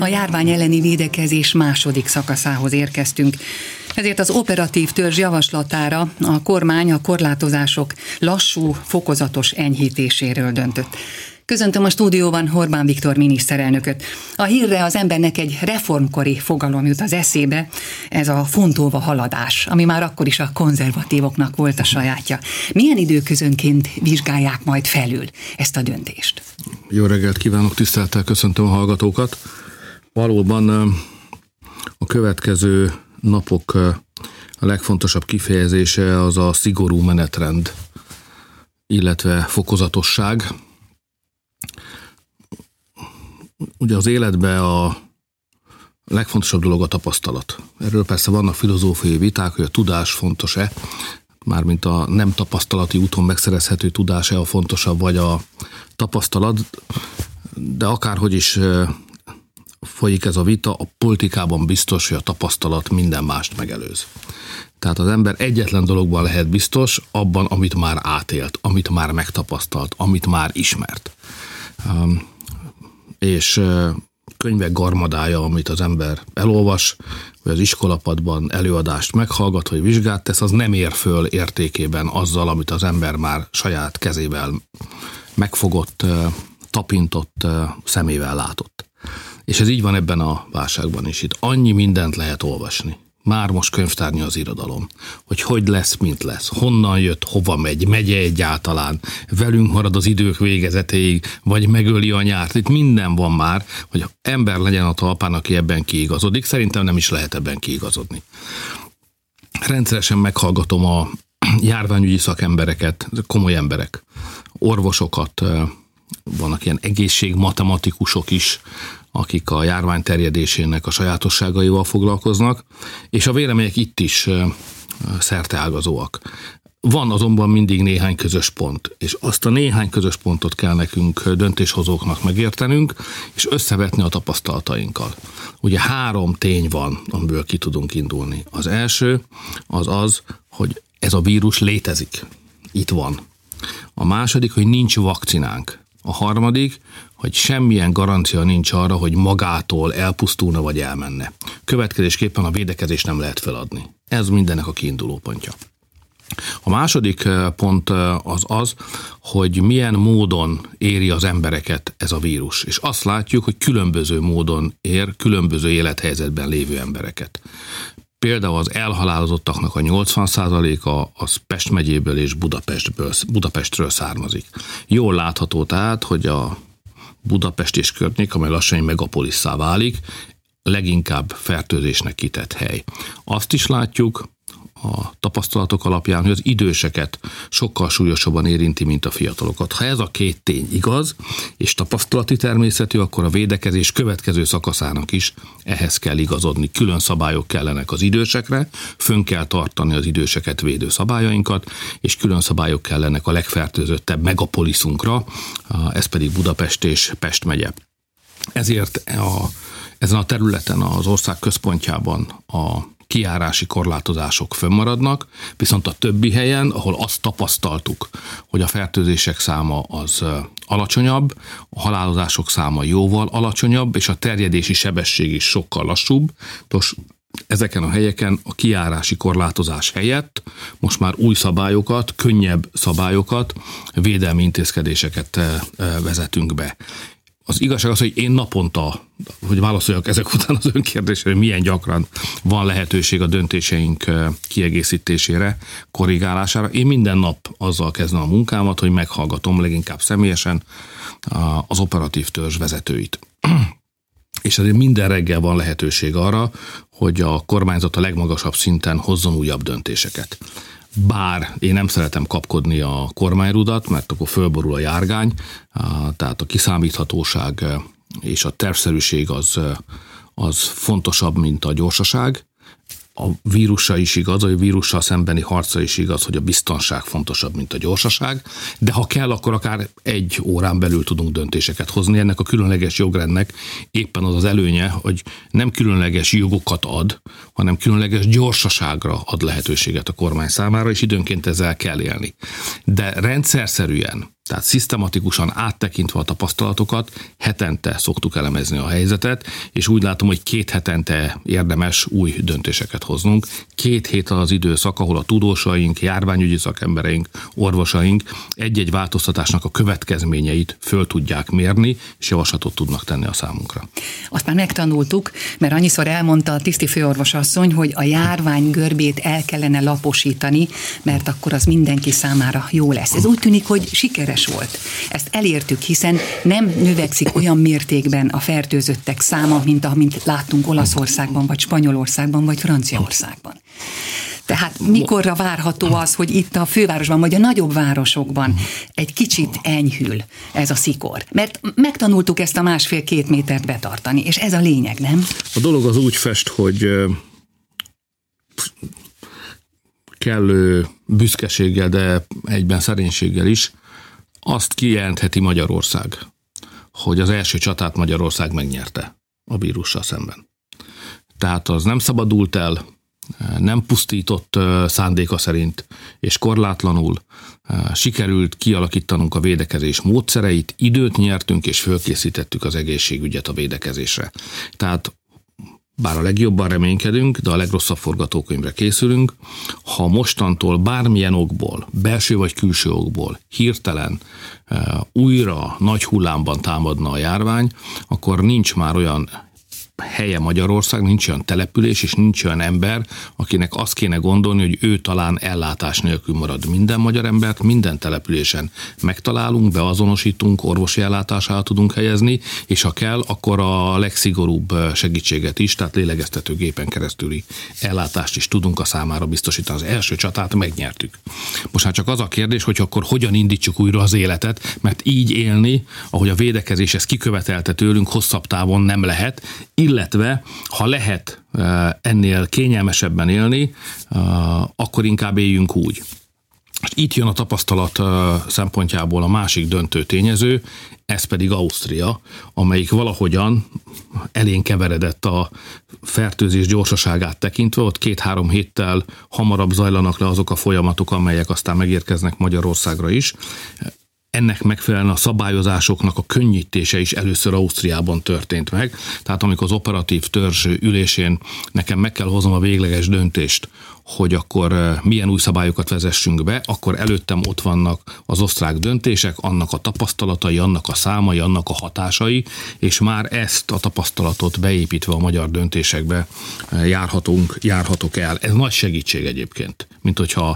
A járvány elleni védekezés második szakaszához érkeztünk. Ezért az operatív törzs javaslatára a kormány a korlátozások lassú, fokozatos enyhítéséről döntött. Köszöntöm a stúdióban Orbán Viktor miniszterelnököt. A hírre az embernek egy reformkori fogalom jut az eszébe, ez a fontolva haladás, ami már akkor is a konzervatívoknak volt a sajátja. Milyen időközönként vizsgálják majd felül ezt a döntést? Jó reggelt kívánok, tisztelettel köszöntöm a hallgatókat. Valóban a következő napok a legfontosabb kifejezése az a szigorú menetrend, illetve fokozatosság. Ugye az életben a legfontosabb dolog a tapasztalat. Erről persze vannak filozófiai viták, hogy a tudás fontos-e, mármint a nem tapasztalati úton megszerezhető tudás-e a fontosabb, vagy a tapasztalat, de akárhogy is folyik ez a vita, a politikában biztos, hogy a tapasztalat minden mást megelőz. Tehát az ember egyetlen dologban lehet biztos, abban, amit már átélt, amit már megtapasztalt, amit már ismert. És könyvek garmadája, amit az ember elolvas, vagy az iskolapadban előadást meghallgat, vagy vizsgát tesz, az nem ér föl értékében azzal, amit az ember már saját kezével megfogott, tapintott, szemével látott. És ez így van ebben a válságban is. Itt annyi mindent lehet olvasni. Már most könyvtárnyi az irodalom, hogy lesz, mint lesz, honnan jött, hova megy egyáltalán, velünk marad az idők végezetéig, vagy megöli a nyárt. Itt minden van már, hogy ember legyen a talpán, aki ebben kiigazodik. Szerintem nem is lehet ebben kiigazodni. Rendszeresen meghallgatom a járványügyi szakembereket, komoly emberek, orvosokat, vannak ilyen egészségmatematikusok is, akik a járvány terjedésének a sajátosságaival foglalkoznak, és a vélemények itt is szerteágazóak. Van azonban mindig néhány közös pont, és azt a néhány közös pontot kell nekünk döntéshozóknak megértenünk, és összevetni a tapasztalatainkkal. Ugye 3 tény van, amiből ki tudunk indulni. Az első az, hogy ez a vírus létezik, itt van. A második, hogy nincs vakcinánk. A harmadik, hogy semmilyen garancia nincs arra, hogy magától elpusztulna vagy elmenne. Következésképpen a védekezést nem lehet feladni. Ez mindennek a kiinduló pontja. A második pont az, hogy milyen módon éri az embereket ez a vírus. És azt látjuk, hogy különböző módon ér különböző élethelyzetben lévő embereket. Például az elhalálozottaknak a 80%-a az Pest megyéből és Budapestről származik. Jól látható tehát, hogy a Budapest és környék, amely lassan egy megapolisszá válik, leginkább fertőzésnek kitett hely. Azt is látjuk a tapasztalatok alapján, hogy az időseket sokkal súlyosabban érinti, mint a fiatalokat. Ha ez a 2 tény igaz, és tapasztalati természetű, akkor a védekezés következő szakaszának is ehhez kell igazodni. Külön szabályok kellenek az idősekre, fönn kell tartani az időseket védő szabályainkat, és külön szabályok kellenek a legfertőzöttebb megapoliszunkra, ez pedig Budapest és Pest megye. Ezért ezen a területen az ország központjában a kijárási korlátozások fönnmaradnak, viszont a többi helyen, ahol azt tapasztaltuk, hogy a fertőzések száma az alacsonyabb, a halálozások száma jóval alacsonyabb, és a terjedési sebesség is sokkal lassúbb. Ezeken a helyeken a kijárási korlátozás helyett most már új szabályokat, könnyebb szabályokat, védelmi intézkedéseket vezetünk be. Az igazság az, hogy én naponta, hogy válaszoljak ezek után az önkérdésre, hogy milyen gyakran van lehetőség a döntéseink kiegészítésére, korrigálására. Én minden nap azzal kezdem a munkámat, hogy meghallgatom leginkább személyesen az operatív törzs vezetőit. És azért minden reggel van lehetőség arra, hogy a kormányzat a legmagasabb szinten hozzon újabb döntéseket. Bár én nem szeretem kapkodni a kormányrudat, mert akkor fölborul a járgány, tehát a kiszámíthatóság és a tervszerűség az fontosabb, mint a gyorsaság. A vírussal is igaz, a vírussal szembeni harca is igaz, hogy a biztonság fontosabb, mint a gyorsaság, de ha kell, akkor akár 1 órán belül tudunk döntéseket hozni. Ennek a különleges jogrendnek éppen az az előnye, hogy nem különleges jogokat ad, hanem különleges gyorsaságra ad lehetőséget a kormány számára, és időnként ezzel kell élni. De rendszerszerűen, Tehát szisztematikusan áttekintve a tapasztalatokat, hetente szoktuk elemezni a helyzetet, és úgy látom, hogy 2 hetente érdemes új döntéseket hoznunk. 2 hét az időszak, ahol a tudósaink, járványügyi szakembereink, orvosaink egy-egy változtatásnak a következményeit föl tudják mérni, és javaslatot tudnak tenni a számunkra. Azt már megtanultuk, mert annyiszor elmondta a tiszti főorvos asszony, hogy a járvány görbét el kellene laposítani, mert akkor az mindenki számára jó lesz. Ez úgy tűnik, hogy sikeres volt. Ezt elértük, hiszen nem növekszik olyan mértékben a fertőzöttek száma, mint amit láttunk Olaszországban, vagy Spanyolországban, vagy Franciaországban. Tehát mikorra várható az, hogy itt a fővárosban, vagy a nagyobb városokban egy kicsit enyhül ez a szikor? Mert megtanultuk ezt a 1,5-2 métert betartani, és ez a lényeg, nem? A dolog az úgy fest, hogy kellő büszkeséggel, de egyben szerénységgel is azt kijelentheti Magyarország, hogy az első csatát Magyarország megnyerte a vírussal szemben. Tehát az nem szabadult el, nem pusztított szándéka szerint, és korlátlanul sikerült kialakítanunk a védekezés módszereit, időt nyertünk, és fölkészítettük az egészségügyet a védekezésre. Tehát bár a legjobban reménykedünk, de a legrosszabb forgatókönyvre készülünk, ha mostantól bármilyen okból, belső vagy külső okból hirtelen újra nagy hullámban támadna a járvány, akkor nincs már olyan helye Magyarország, nincs olyan település, és nincs olyan ember, akinek azt kéne gondolni, hogy ő talán ellátás nélkül marad. Minden magyar embert minden településen megtalálunk, beazonosítunk, orvosi ellátására tudunk helyezni, és ha kell, akkor a legszigorúbb segítséget is, tehát lélegeztetőgépen keresztüli ellátást is tudunk a számára biztosítani. Az első csatát megnyertük. Most már csak az a kérdés, hogy akkor hogyan indítsuk újra az életet, mert így élni, ahogy a védekezés ezt kikövetelte tőlünk, hosszabb távon nem lehet, illetve ha lehet ennél kényelmesebben élni, akkor inkább éljünk úgy. Itt jön a tapasztalat szempontjából a másik döntő tényező, ez pedig Ausztria, amelyik valahogyan elén keveredett a fertőzés gyorsaságát tekintve, ott 2-3 héttel hamarabb zajlanak le azok a folyamatok, amelyek aztán megérkeznek Magyarországra is. Ennek megfelelően a szabályozásoknak a könnyítése is először Ausztriában történt meg. Tehát amikor az operatív törzs ülésén nekem meg kell hoznom a végleges döntést, hogy akkor milyen új szabályokat vezessünk be, akkor előttem ott vannak az osztrák döntések, annak a tapasztalatai, annak a számai, annak a hatásai, és már ezt a tapasztalatot beépítve a magyar döntésekbe járhatok el. Ez nagy segítség egyébként, mint hogyha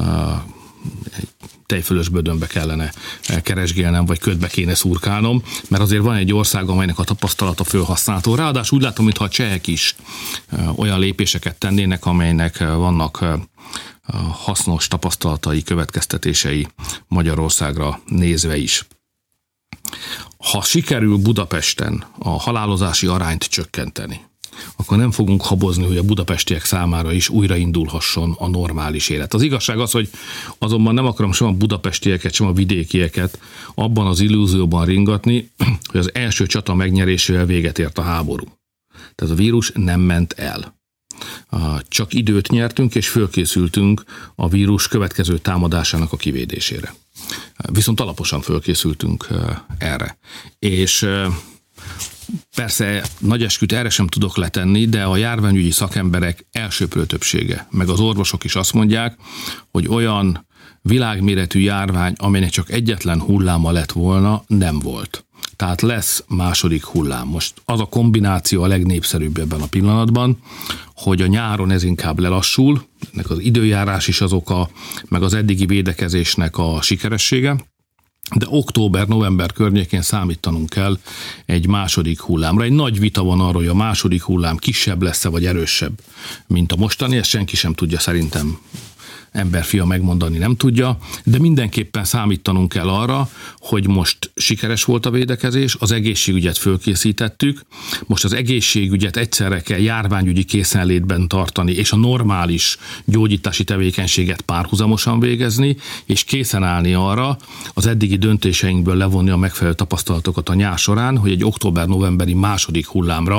tejfölös bödönbe kellene keresgélnem, vagy ködbe kéne szurkálnom, mert azért van egy ország, amelynek a tapasztalata fölhasználható. Ráadásul úgy látom, mintha a csehek is olyan lépéseket tennének, amelynek vannak hasznos tapasztalatai, következtetései Magyarországra nézve is. Ha sikerül Budapesten a halálozási arányt csökkenteni, akkor nem fogunk habozni, hogy a budapestiek számára is újraindulhasson a normális élet. Az igazság az, hogy azonban nem akarom sem a budapestieket, sem a vidékieket abban az illúzióban ringatni, hogy az első csata megnyerésével véget ért a háború. Tehát a vírus nem ment el. Csak időt nyertünk, és fölkészültünk a vírus következő támadásának a kivédésére. Viszont alaposan fölkészültünk erre. És persze nagy esküt erre sem tudok letenni, de a járványügyi szakemberek elsöprő többsége, meg az orvosok is azt mondják, hogy olyan világméretű járvány, amelynek csak egyetlen hulláma lett volna, nem volt. Tehát lesz második hullám. Most az a kombináció a legnépszerűbb ebben a pillanatban, hogy a nyáron ez inkább lelassul, ennek az időjárás is az oka, meg az eddigi védekezésnek a sikeressége, de október-november környékén számítanunk kell egy második hullámra. Egy nagy vita van arról, hogy a második hullám kisebb lesz-e vagy erősebb, mint a mostani, ezt senki sem tudja szerintem, emberfia megmondani nem tudja, de mindenképpen számítanunk kell arra, hogy most sikeres volt a védekezés, az egészségügyet fölkészítettük, most az egészségügyet egyszerre kell járványügyi készenlétben tartani, és a normális gyógyítási tevékenységet párhuzamosan végezni, és készen állni arra, az eddigi döntéseinkből levonni a megfelelő tapasztalatokat a nyár során, hogy egy október-novemberi második hullámra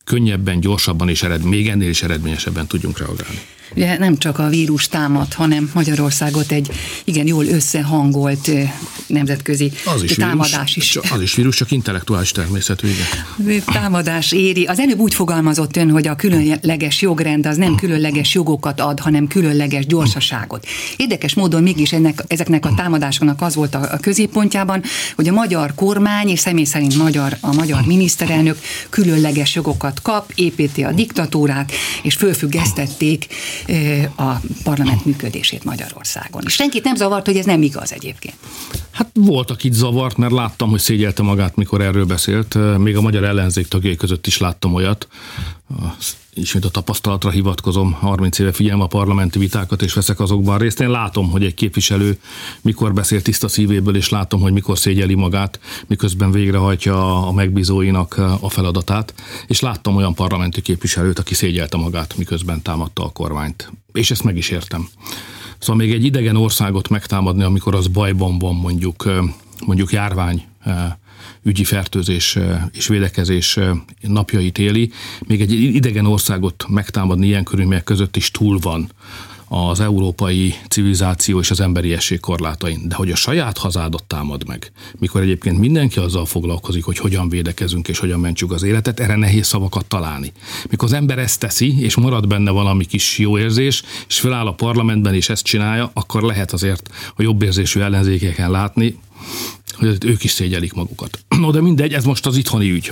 könnyebben, gyorsabban és még ennél is eredményesebben tudjunk reagálni. Ugye nem csak a vírus támad, hanem Magyarországot egy igen jól összehangolt nemzetközi támadás is. Az is vírus, csak intellektuális természetű, igen. Támadás éri. Az előbb úgy fogalmazott ön, hogy a különleges jogrend az nem különleges jogokat ad, hanem különleges gyorsaságot. Érdekes módon mégis ezeknek a támadásoknak az volt a középpontjában, hogy a magyar kormány és személy szerint a magyar miniszterelnök különleges jogokat kap, építi a diktatúrát, és fölfüggesztették a parlament működését Magyarországon. És senkit nem zavart, hogy ez nem igaz egyébként. Hát voltak itt zavart, mert láttam, hogy szégyelte magát, mikor erről beszélt. Még a magyar ellenzék tagjai között is láttam olyat. Ismét a tapasztalatra hivatkozom, 30 éve figyelem a parlamenti vitákat, és veszek azokban részt. Én látom, hogy egy képviselő mikor beszél tiszta szívéből, és látom, hogy mikor szégyeli magát, miközben végrehajtja a megbízóinak a feladatát, és láttam olyan parlamenti képviselőt, aki szégyelte magát, miközben támadta a kormányt. És ezt meg is értem. Szóval még egy idegen országot megtámadni, amikor az bajban van, mondjuk járvány, ügyi fertőzés és védekezés napjait éli, még egy idegen országot megtámadni ilyen körülmények között is túl van az európai civilizáció és az emberiesség korlátain. De hogy a saját hazádat támad meg, mikor egyébként mindenki azzal foglalkozik, hogy hogyan védekezünk és hogyan mentsük az életet, erre nehéz szavakat találni. Mikor az ember ezt teszi, és marad benne valami kis jó érzés, és feláll a parlamentben és ezt csinálja, akkor lehet azért a jobb érzésű ellenzékeken látni, hogy ők is szégyelik magukat. No, de mindegy, ez most az itthoni ügy,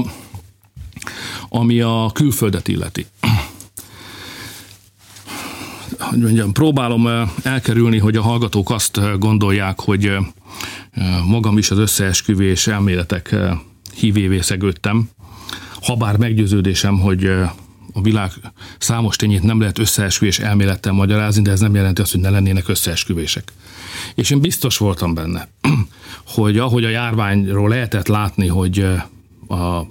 ami a külföldet illeti. Hogy mondjam, próbálom elkerülni, hogy a hallgatók azt gondolják, hogy magam is az összeesküvés elméletek hívévé szegődtem, habár meggyőződésem, hogy a világ számos tényét nem lehet összeesküvés elmélettel magyarázni, de ez nem jelenti azt, hogy ne lennének összeesküvések. És én biztos voltam benne, hogy ahogy a járványról lehetett látni, hogy a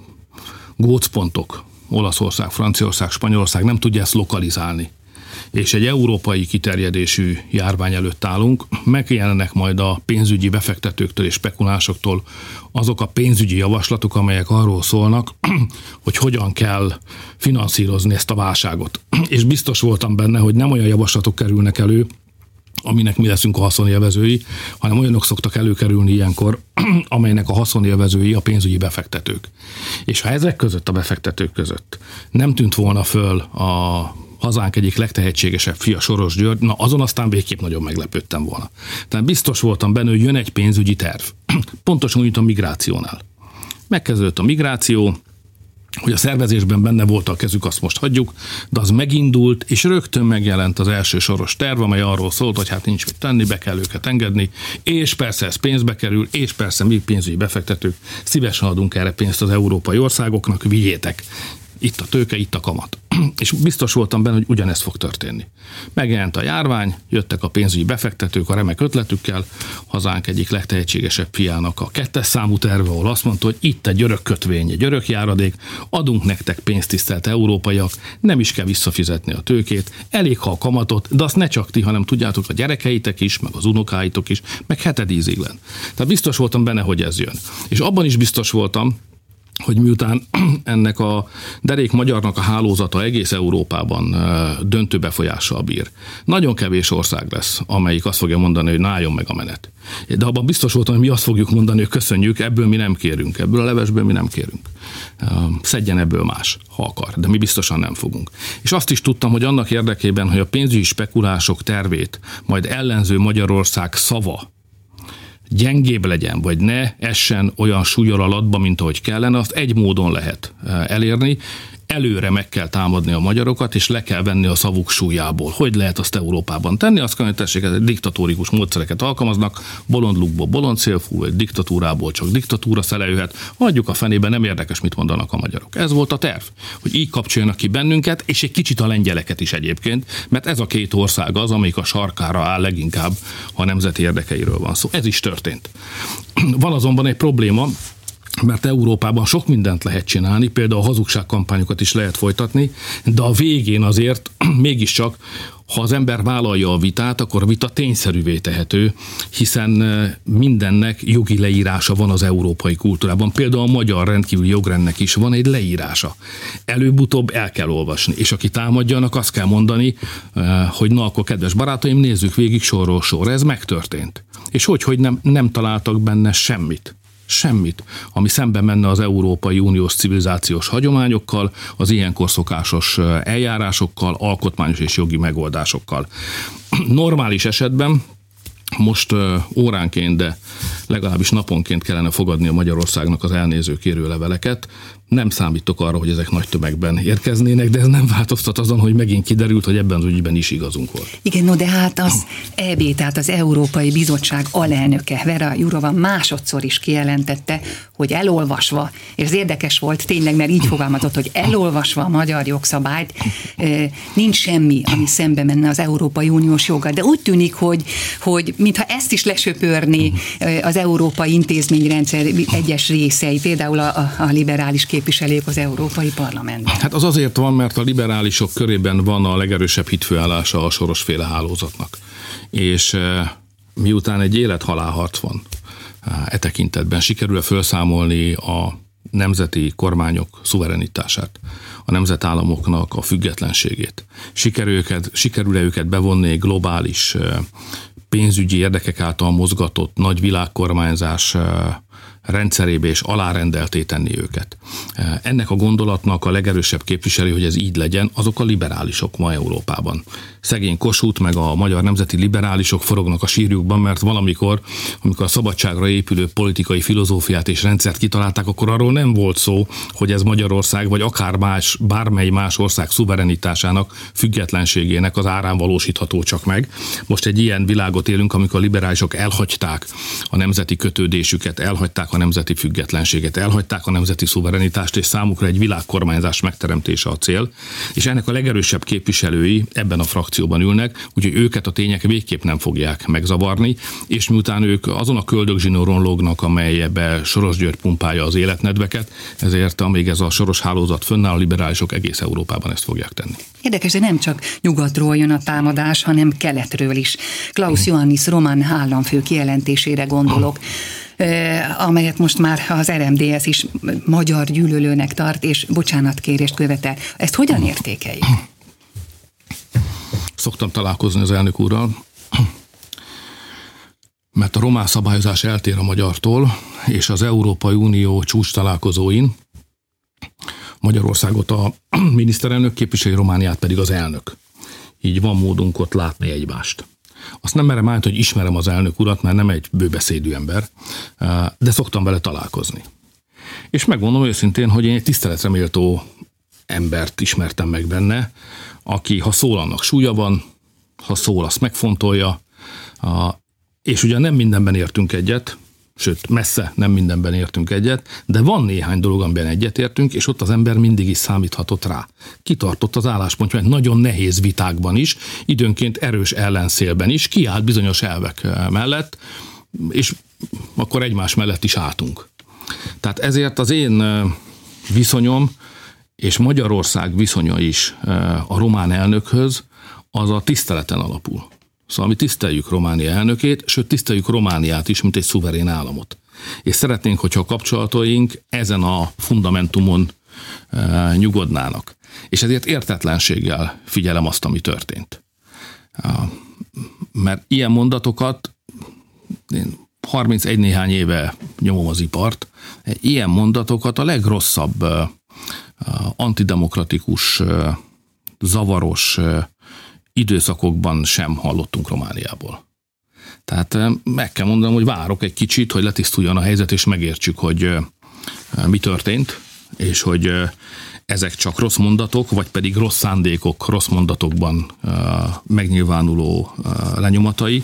gócpontok, Olaszország, Franciaország, Spanyolország nem tudja ezt lokalizálni, és egy európai kiterjedésű járvány előtt állunk, megjelennek majd a pénzügyi befektetőktől és spekulásoktól azok a pénzügyi javaslatok, amelyek arról szólnak, hogy hogyan kell finanszírozni ezt a válságot. És biztos voltam benne, hogy nem olyan javaslatok kerülnek elő, aminek mi leszünk a haszonélvezői, hanem olyanok szoktak előkerülni ilyenkor, amelynek a haszonélvezői a pénzügyi befektetők. És ha ezek között, a befektetők között nem tűnt volna föl a hazánk egyik legtehetségesebb fia, Soros György, na azon aztán végképp nagyon meglepődtem volna. Tehát biztos voltam benne, hogy jön egy pénzügyi terv. Pontosan úgy a migrációnál. Megkezdődött a migráció, hogy a szervezésben benne volt a kezük, azt most hagyjuk, de az megindult, és rögtön megjelent az első Soros terv, amely arról szólt, hogy hát nincs mit tenni, be kell őket engedni, és persze ez pénzbe kerül, és persze mi pénzügyi befektetők szívesen adunk erre pénzt az európai országoknak, vigyétek. Itt a tőke, itt a kamat. És biztos voltam benne, hogy ugyanezt fog történni. Megjelent a járvány, jöttek a pénzügyi befektetők a remek ötletükkel, hazánk egyik legtehetségesebb fiának a 2. számú terve, ahol azt mondta, hogy itt egy örök kötvény, egy örök járadék, adunk nektek pénzt, tisztelt európaiak, nem is kell visszafizetni a tőkét, elég ha a kamatot, de azt ne csak ti, hanem tudjátok a gyerekeitek is, meg az unokáitok is, meg 7. íziglen. Tehát biztos voltam benne, hogy ez jön. És abban is biztos voltam, hogy miután ennek a derék magyarnak a hálózata egész Európában döntő befolyással bír, nagyon kevés ország lesz, amelyik azt fogja mondani, hogy álljon meg a menet. De abban biztos voltam, hogy mi azt fogjuk mondani, hogy köszönjük, ebből mi nem kérünk, ebből a levesből mi nem kérünk. Szedjen ebből más, ha akar, de mi biztosan nem fogunk. És azt is tudtam, hogy annak érdekében, hogy a pénzügyi spekulások tervét majd ellenző Magyarország szava gyengébb legyen, vagy ne essen olyan súllyal alatba, mint ahogy kellene, azt egy módon lehet elérni. Előre meg kell támadni a magyarokat, és le kell venni a szavuk súlyából. Hogy lehet azt Európában tenni? Azt kell, hogy tessék, diktatórikus módszereket alkalmaznak, bolondlukból bolond szélfú, vagy diktatúrából csak diktatúra szele jöhet. Hagyjuk a fenébe, nem érdekes, mit mondanak a magyarok. Ez volt a terv, hogy így kapcsoljanak ki bennünket, és egy kicsit a lengyeleket is egyébként, mert ez a két ország az, amelyik a sarkára áll leginkább, ha nemzeti érdekeiről van szó. Ez is történt. Van azonban egy probléma, mert Európában sok mindent lehet csinálni, például a hazugságkampányokat is lehet folytatni, de a végén azért mégiscsak, ha az ember vállalja a vitát, akkor a vita tényszerűvé tehető, hiszen mindennek jogi leírása van az európai kultúrában. Például a magyar rendkívüli jogrendnek is van egy leírása. Előbb-utóbb el kell olvasni, és aki támadja, annak azt kell mondani, hogy na akkor kedves barátaim, nézzük végig sorról sorra, ez megtörtént. És hogy nem találtak benne semmit, ami szembe menne az Európai Uniós civilizációs hagyományokkal, az ilyenkor szokásos eljárásokkal, alkotmányos és jogi megoldásokkal. Normális esetben most óránként, de legalábbis naponként kellene fogadnia Magyarországnak az elnéző kérőleveleket. Nem számítok arra, hogy ezek nagy tömegben érkeznének, de ez nem változtat azon, hogy megint kiderült, hogy ebben az ügyben is igazunk volt. Igen, no de hát az EB, tehát az Európai Bizottság alelnöke, Vera Jourova másodszor is kijelentette, hogy elolvasva, és ez érdekes volt tényleg, mert így fogalmazott, hogy elolvasva a magyar jogszabályt, nincs semmi, ami szembe menne az Európai Uniós joggal. De úgy tűnik, hogy mintha ezt is lesöpörni az európai intézményrendszer egyes részei, például a liberális képviselők az Európai Parlamentben. Hát az azért van, mert a liberálisok körében van a legerősebb hitfőállása a Soros-féle hálózatnak. És miután egy élet-halálharc van e tekintetben, sikerül felszámolni a nemzeti kormányok szuverenitását, a nemzetállamoknak a függetlenségét. Sikerül-e őket bevonni globális pénzügyi érdekek által mozgatott nagy világkormányzás rendszerébe és alárendelté tenni őket. Ennek a gondolatnak a legerősebb képviselő, hogy ez így legyen, azok a liberálisok ma Európában. Szegény Kossuth meg a magyar nemzeti liberálisok forognak a sírjukban, mert valamikor, amikor a szabadságra épülő politikai filozófiát és rendszert kitalálták, akkor arról nem volt szó, hogy ez Magyarország vagy akár bármely más ország szuverenitásának, függetlenségének az árán valósítható csak meg. Most egy ilyen világot élünk, amikor a liberálisok elhagyták a nemzeti kötődésüket, elhagyták a nemzeti függetlenséget, elhagyták a nemzeti szuverenitást, és számukra egy világkormányzás megteremtése a cél, és ennek a legerősebb képviselői ebben a frakcióban ülnek, úgyhogy őket a tények végképp nem fogják megzavarni, és miután ők azon a köldögzsinóron lógnak, amelybe Soros György pumpálja az életnedveket, ezért amíg ez a Soros hálózat fönnáll, a liberálisok egész Európában ezt fogják tenni. Érdekes, de nem csak nyugatról jön a támadás, hanem keletről is. Klaus Iohannis román államfő kijelentésére gondolok, amelyet most már az RMDSZ is magyar gyűlölőnek tart, és bocsánatkérést követel. Ezt hogyan értékeljük? Szoktam találkozni az elnök úrral, mert a román szabályozás eltér a magyartól, és az Európai Unió csúcs találkozóin Magyarországot a miniszterelnök képviseli, Romániát pedig az elnök. Így van módunk ott látni egymást. Azt nem merem állítani, hogy ismerem az elnök urat, mert nem egy bőbeszédű ember, de szoktam vele találkozni. És megmondom őszintén, hogy én egy tiszteletre méltó embert ismertem meg benne, aki ha szól, annak súlya van, ha szól, azt megfontolja, és ugye nem mindenben értünk egyet, sőt, messze nem mindenben értünk egyet, de van néhány dolog, amiben egyetértünk, és ott az ember mindig is számíthatott rá. Kitartott az álláspontja, mert nagyon nehéz vitákban is, időnként erős ellenszélben is, kiállt bizonyos elvek mellett, és akkor egymás mellett is álltunk. Tehát ezért az én viszonyom, és Magyarország viszonya is a román elnökhöz, az a tiszteleten alapul. Szóval mi tiszteljük Románia elnökét, sőt tiszteljük Romániát is, mint egy szuverén államot. És szeretnénk, hogyha a kapcsolataink ezen a fundamentumon nyugodnának. És ezért értetlenséggel figyelem azt, ami történt. Mert ilyen mondatokat, én 31 néhány éve nyomom az ipart, ilyen mondatokat a legrosszabb antidemokratikus, zavaros időszakokban sem hallottunk Romániából. Tehát meg kell mondanom, hogy várok egy kicsit, hogy letisztuljon a helyzet, és megértsük, hogy mi történt, és hogy ezek csak rossz mondatok, vagy pedig rossz szándékok, rossz mondatokban megnyilvánuló lenyomatai.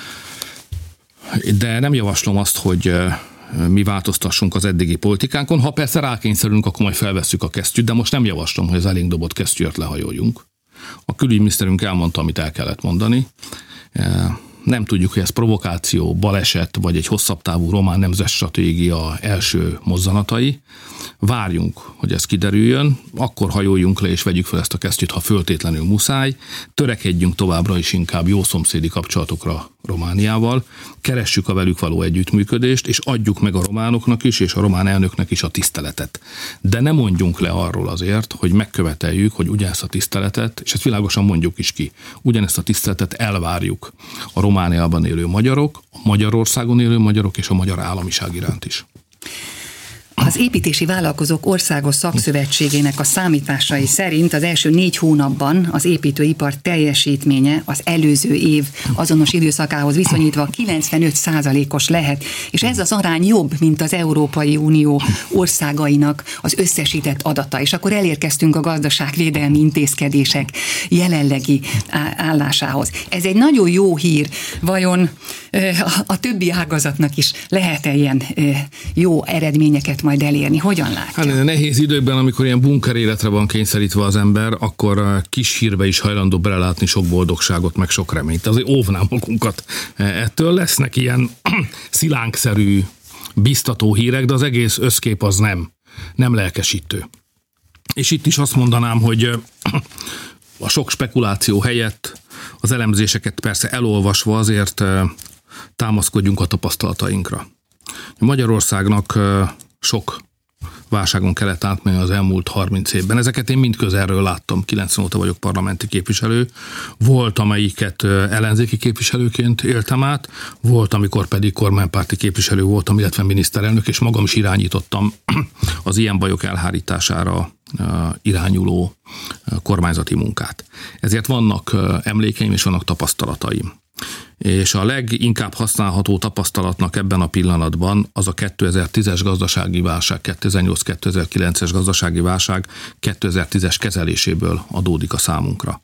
De nem javaslom azt, hogy mi változtassunk az eddigi politikánkon. Ha persze rákényszerülünk, akkor majd felvesszük a kesztyűt, de most nem javaslom, hogy az elénk dobott kesztyűt lehajoljunk. A külügyminiszterünk elmondta, amit el kellett mondani. Nem tudjuk, hogy ez provokáció, baleset, vagy egy hosszabb távú román nemzetstratégia első mozzanatai. Várjunk, hogy ez kiderüljön, akkor hajoljunk le és vegyük fel ezt a kesztyűt, ha föltétlenül muszáj. Törekedjünk továbbra is inkább jó szomszédi kapcsolatokra Romániával, keressük a velük való együttműködést, és adjuk meg a románoknak is, és a román elnöknek is a tiszteletet. De ne mondjunk le arról azért, hogy megköveteljük, hogy ugyanezt a tiszteletet, és ezt világosan mondjuk is ki, ugyanezt a tiszteletet elvárjuk a Romániában élő magyarok, a Magyarországon élő magyarok és a magyar államiság iránt is. Az építési vállalkozók országos szakszövetségének a számításai szerint az első 4 hónapban az építőipar teljesítménye az előző év azonos időszakához viszonyítva 95%-os lehet, és ez az arány jobb, mint az Európai Unió országainak az összesített adata. És akkor elérkeztünk a gazdaságvédelmi intézkedések jelenlegi állásához. Ez egy nagyon jó hír. Vajon a többi ágazatnak is lehet-e ilyen jó eredményeket majd elérni? Hogyan látja? Hát nehéz időkben, amikor ilyen bunker életre van kényszerítve az ember, akkor kis hírbe is hajlandó belelátni sok boldogságot, meg sok reményt. Azért óvnám magunkat ettől. Lesznek ilyen szilánkszerű, biztató hírek, de az egész összkép az nem lelkesítő. És itt is azt mondanám, hogy a sok spekuláció helyett az elemzéseket persze elolvasva azért támaszkodjunk a tapasztalatainkra. Magyarországnak sok válságon kellett átmenni az elmúlt 30 évben. Ezeket én mind közelről láttam, 90 óta vagyok parlamenti képviselő. Volt, amelyiket ellenzéki képviselőként éltem át, volt, amikor pedig kormánypárti képviselő voltam, illetve miniszterelnök, és magam is irányítottam az ilyen bajok elhárítására irányuló kormányzati munkát. Ezért vannak emlékeim és vannak tapasztalataim. És a leginkább használható tapasztalatnak ebben a pillanatban az a 2010-es gazdasági válság, 2008-2009-es gazdasági válság 2010-es kezeléséből adódik a számunkra.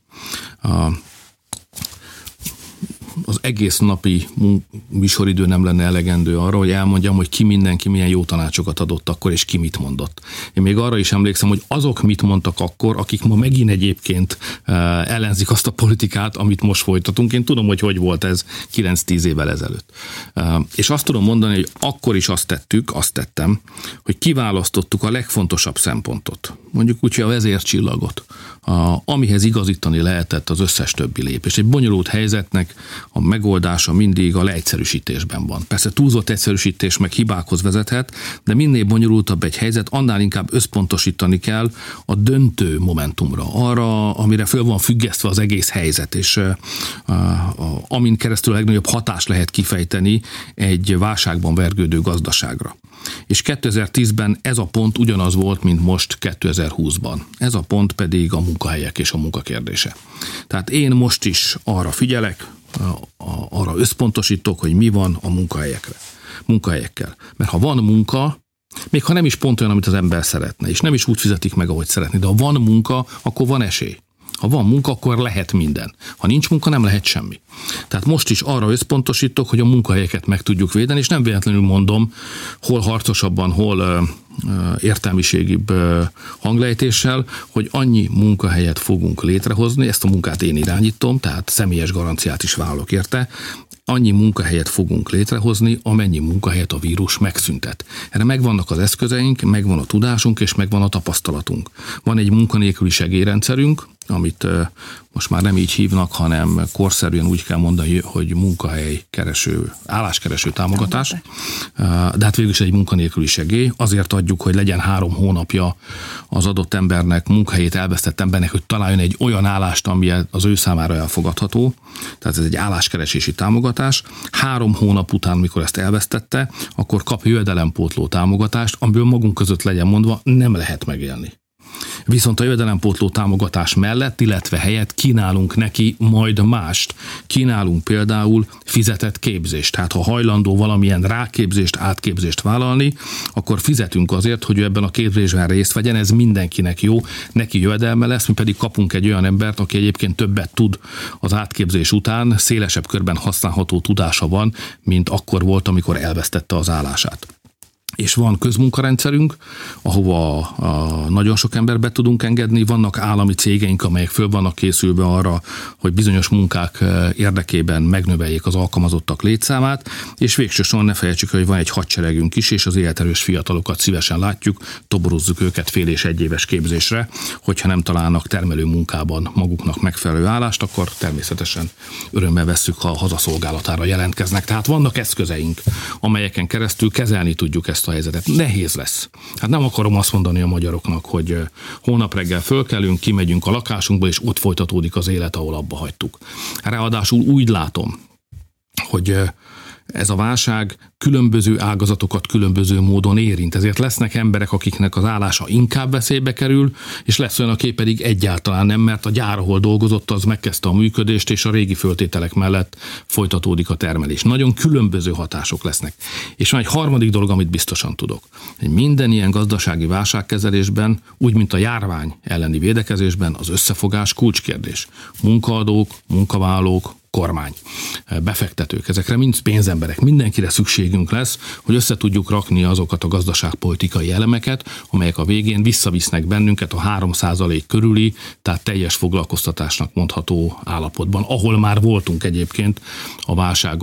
Az egész napi műsoridő nem lenne elegendő arra, hogy elmondjam, hogy mindenki milyen jó tanácsokat adott akkor, és ki mit mondott. Én még arra is emlékszem, hogy azok mit mondtak akkor, akik ma megint egyébként ellenzik azt a politikát, amit most folytatunk. Én tudom, hogy volt ez 9-10 évvel ezelőtt. És azt tudom mondani, hogy akkor is azt tettem, hogy kiválasztottuk a legfontosabb szempontot. Mondjuk úgy, hogy a vezércsillagot, amihez igazítani lehetett az összes többi lépés. Egy bonyolult helyzetnek a megoldása mindig a leegyszerűsítésben van. Persze túlzott egyszerűsítés meg hibákhoz vezethet, de minél bonyolultabb egy helyzet, annál inkább összpontosítani kell a döntő momentumra, arra, amire föl van függesztve az egész helyzet, és amin keresztül a legnagyobb hatást lehet kifejteni egy válságban vergődő gazdaságra. És 2010-ben ez a pont ugyanaz volt, mint most 2020-ban. Ez a pont pedig a munkahelyek és a munkakérdése. Tehát én most is arra figyelek, arra összpontosítok, hogy mi van a munkahelyekkel. Mert ha van munka, még ha nem is pont olyan, amit az ember szeretne, és nem is úgy fizetik meg, ahogy szeretné, de ha van munka, akkor van esély. Ha van munka, akkor lehet minden. Ha nincs munka, nem lehet semmi. Tehát most is arra összpontosítok, hogy a munkahelyeket meg tudjuk védeni, és nem véletlenül mondom, hol harcosabban, hol értelmiségibb hanglejtéssel, hogy annyi munkahelyet fogunk létrehozni, ezt a munkát én irányítom, tehát személyes garanciát is vállalok érte, annyi munkahelyet fogunk létrehozni, amennyi munkahelyet a vírus megszüntet. Erre megvannak az eszközeink, megvan a tudásunk, és megvan a tapasztalatunk. Van egy munkanélküli segélyrendszerünk, amit most már nem így hívnak, hanem korszerűen úgy kell mondani, hogy álláskereső támogatás. De hát végül is egy munkanélküli segély. Azért adjuk, hogy legyen 3 hónapja az adott embernek, munkahelyét elvesztett embernek, hogy találjon egy olyan állást, ami az ő számára elfogadható. Tehát ez egy álláskeresési támogatás. 3 hónap után, mikor ezt elvesztette, akkor kap jövedelempótló támogatást, amiből magunk között legyen mondva, nem lehet megélni. Viszont a jövedelempótló támogatás mellett, illetve helyett kínálunk neki majd mást. Kínálunk például fizetett képzést. Tehát ha hajlandó valamilyen ráképzést, átképzést vállalni, akkor fizetünk azért, hogy ő ebben a képzésben részt vegyen, ez mindenkinek jó, neki jövedelme lesz, mi pedig kapunk egy olyan embert, aki egyébként többet tud az átképzés után, szélesebb körben használható tudása van, mint akkor volt, amikor elvesztette az állását. és van közmunkarendszerünk, ahova nagyon sok embert be tudunk engedni, vannak állami cégeink, amelyek föl vannak készülve arra, hogy bizonyos munkák érdekében megnöveljék az alkalmazottak létszámát, és végső soron ne felejtsük, hogy van egy hadseregünk is, és az életerős fiatalokat szívesen látjuk, toborozzuk őket fél és egy éves képzésre, hogyha nem találnak termelő munkában maguknak megfelelő állást, akkor természetesen örömmel vesszük, ha a hazaszolgálatára jelentkeznek. Tehát vannak eszközeink, amelyeken keresztül kezelni tudjuk ezt a helyzetet. Nehéz lesz. Hát nem akarom azt mondani a magyaroknak, hogy holnap reggel fölkelünk, kimegyünk a lakásunkba, és ott folytatódik az élet, ahol abba hagytuk. Ráadásul úgy látom, hogy ez a válság különböző ágazatokat különböző módon érint. Ezért lesznek emberek, akiknek az állása inkább veszélybe kerül, és lesz olyan, aki pedig egyáltalán nem, mert a gyár, ahol dolgozott, az megkezdte a működést, és a régi föltételek mellett folytatódik a termelés. Nagyon különböző hatások lesznek. És van egy harmadik dolog, amit biztosan tudok. Hogy minden ilyen gazdasági válságkezelésben, úgy, mint a járvány elleni védekezésben, az összefogás kulcskérdés. Munkaadók, munkavállalók, kormány, befektetők, ezekre mind pénzemberek, mindenkire szükségünk lesz, hogy össze tudjuk rakni azokat a gazdaságpolitikai elemeket, amelyek a végén visszavisznek bennünket a 3% körüli, tehát teljes foglalkoztatásnak mondható állapotban, ahol már voltunk egyébként a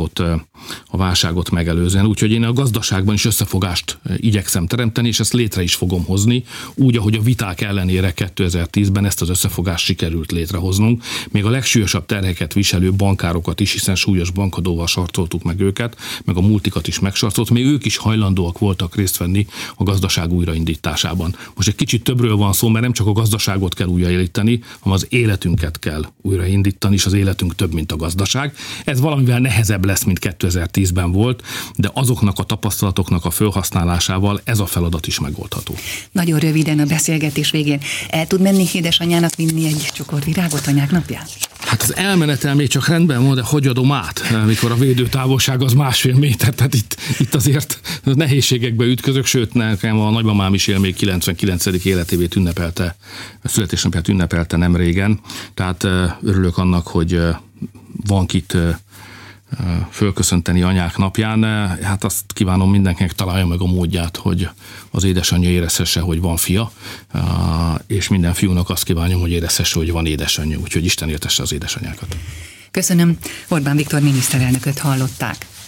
válságot megelőzően. Úgyhogy én a gazdaságban is összefogást igyekszem teremteni, és ezt létre is fogom hozni, úgy, ahogy a viták ellenére 2010-ben ezt az összefogást sikerült létrehoznunk. Még a legsúlyosabb terheket viselő bankárokat is, hiszen súlyos bankadóval sarcoltuk meg őket, meg a multikat is megsarcolt, még ők is hajlandóak voltak részt venni a gazdaság újraindításában. Most egy kicsit többről van szó, mert nem csak a gazdaságot kell újraindítani, hanem az életünket kell újraindítani, és az életünk több, mint a gazdaság. Ez valamivel nehezebb lesz, mint 2010-ben volt, de azoknak a tapasztalatoknak a felhasználásával ez a feladat is megoldható. Nagyon röviden a beszélgetés végén. El tud menni édesanyjának vinni egy csokor virágot anyák napján? Hát az elmenetel még csak rendben van, de hogy adom át, mikor a védőtávolság az 1,5 méter, tehát itt azért nehézségekbe ütközök, sőt, nekem a nagymamám is él, még 99. életévét ünnepelte, születésnapját ünnepelte nem régen, tehát örülök annak, hogy van kit fölköszönteni anyák napján. Hát azt kívánom mindenkinek, találja meg a módját, hogy az édesanyja érezhesse, hogy van fia, és minden fiúnak azt kívánom, hogy érezhesse, hogy van édesanyja, úgyhogy Isten értesse az édesanyákat. Köszönöm. Orbán Viktor miniszterelnököt hallották.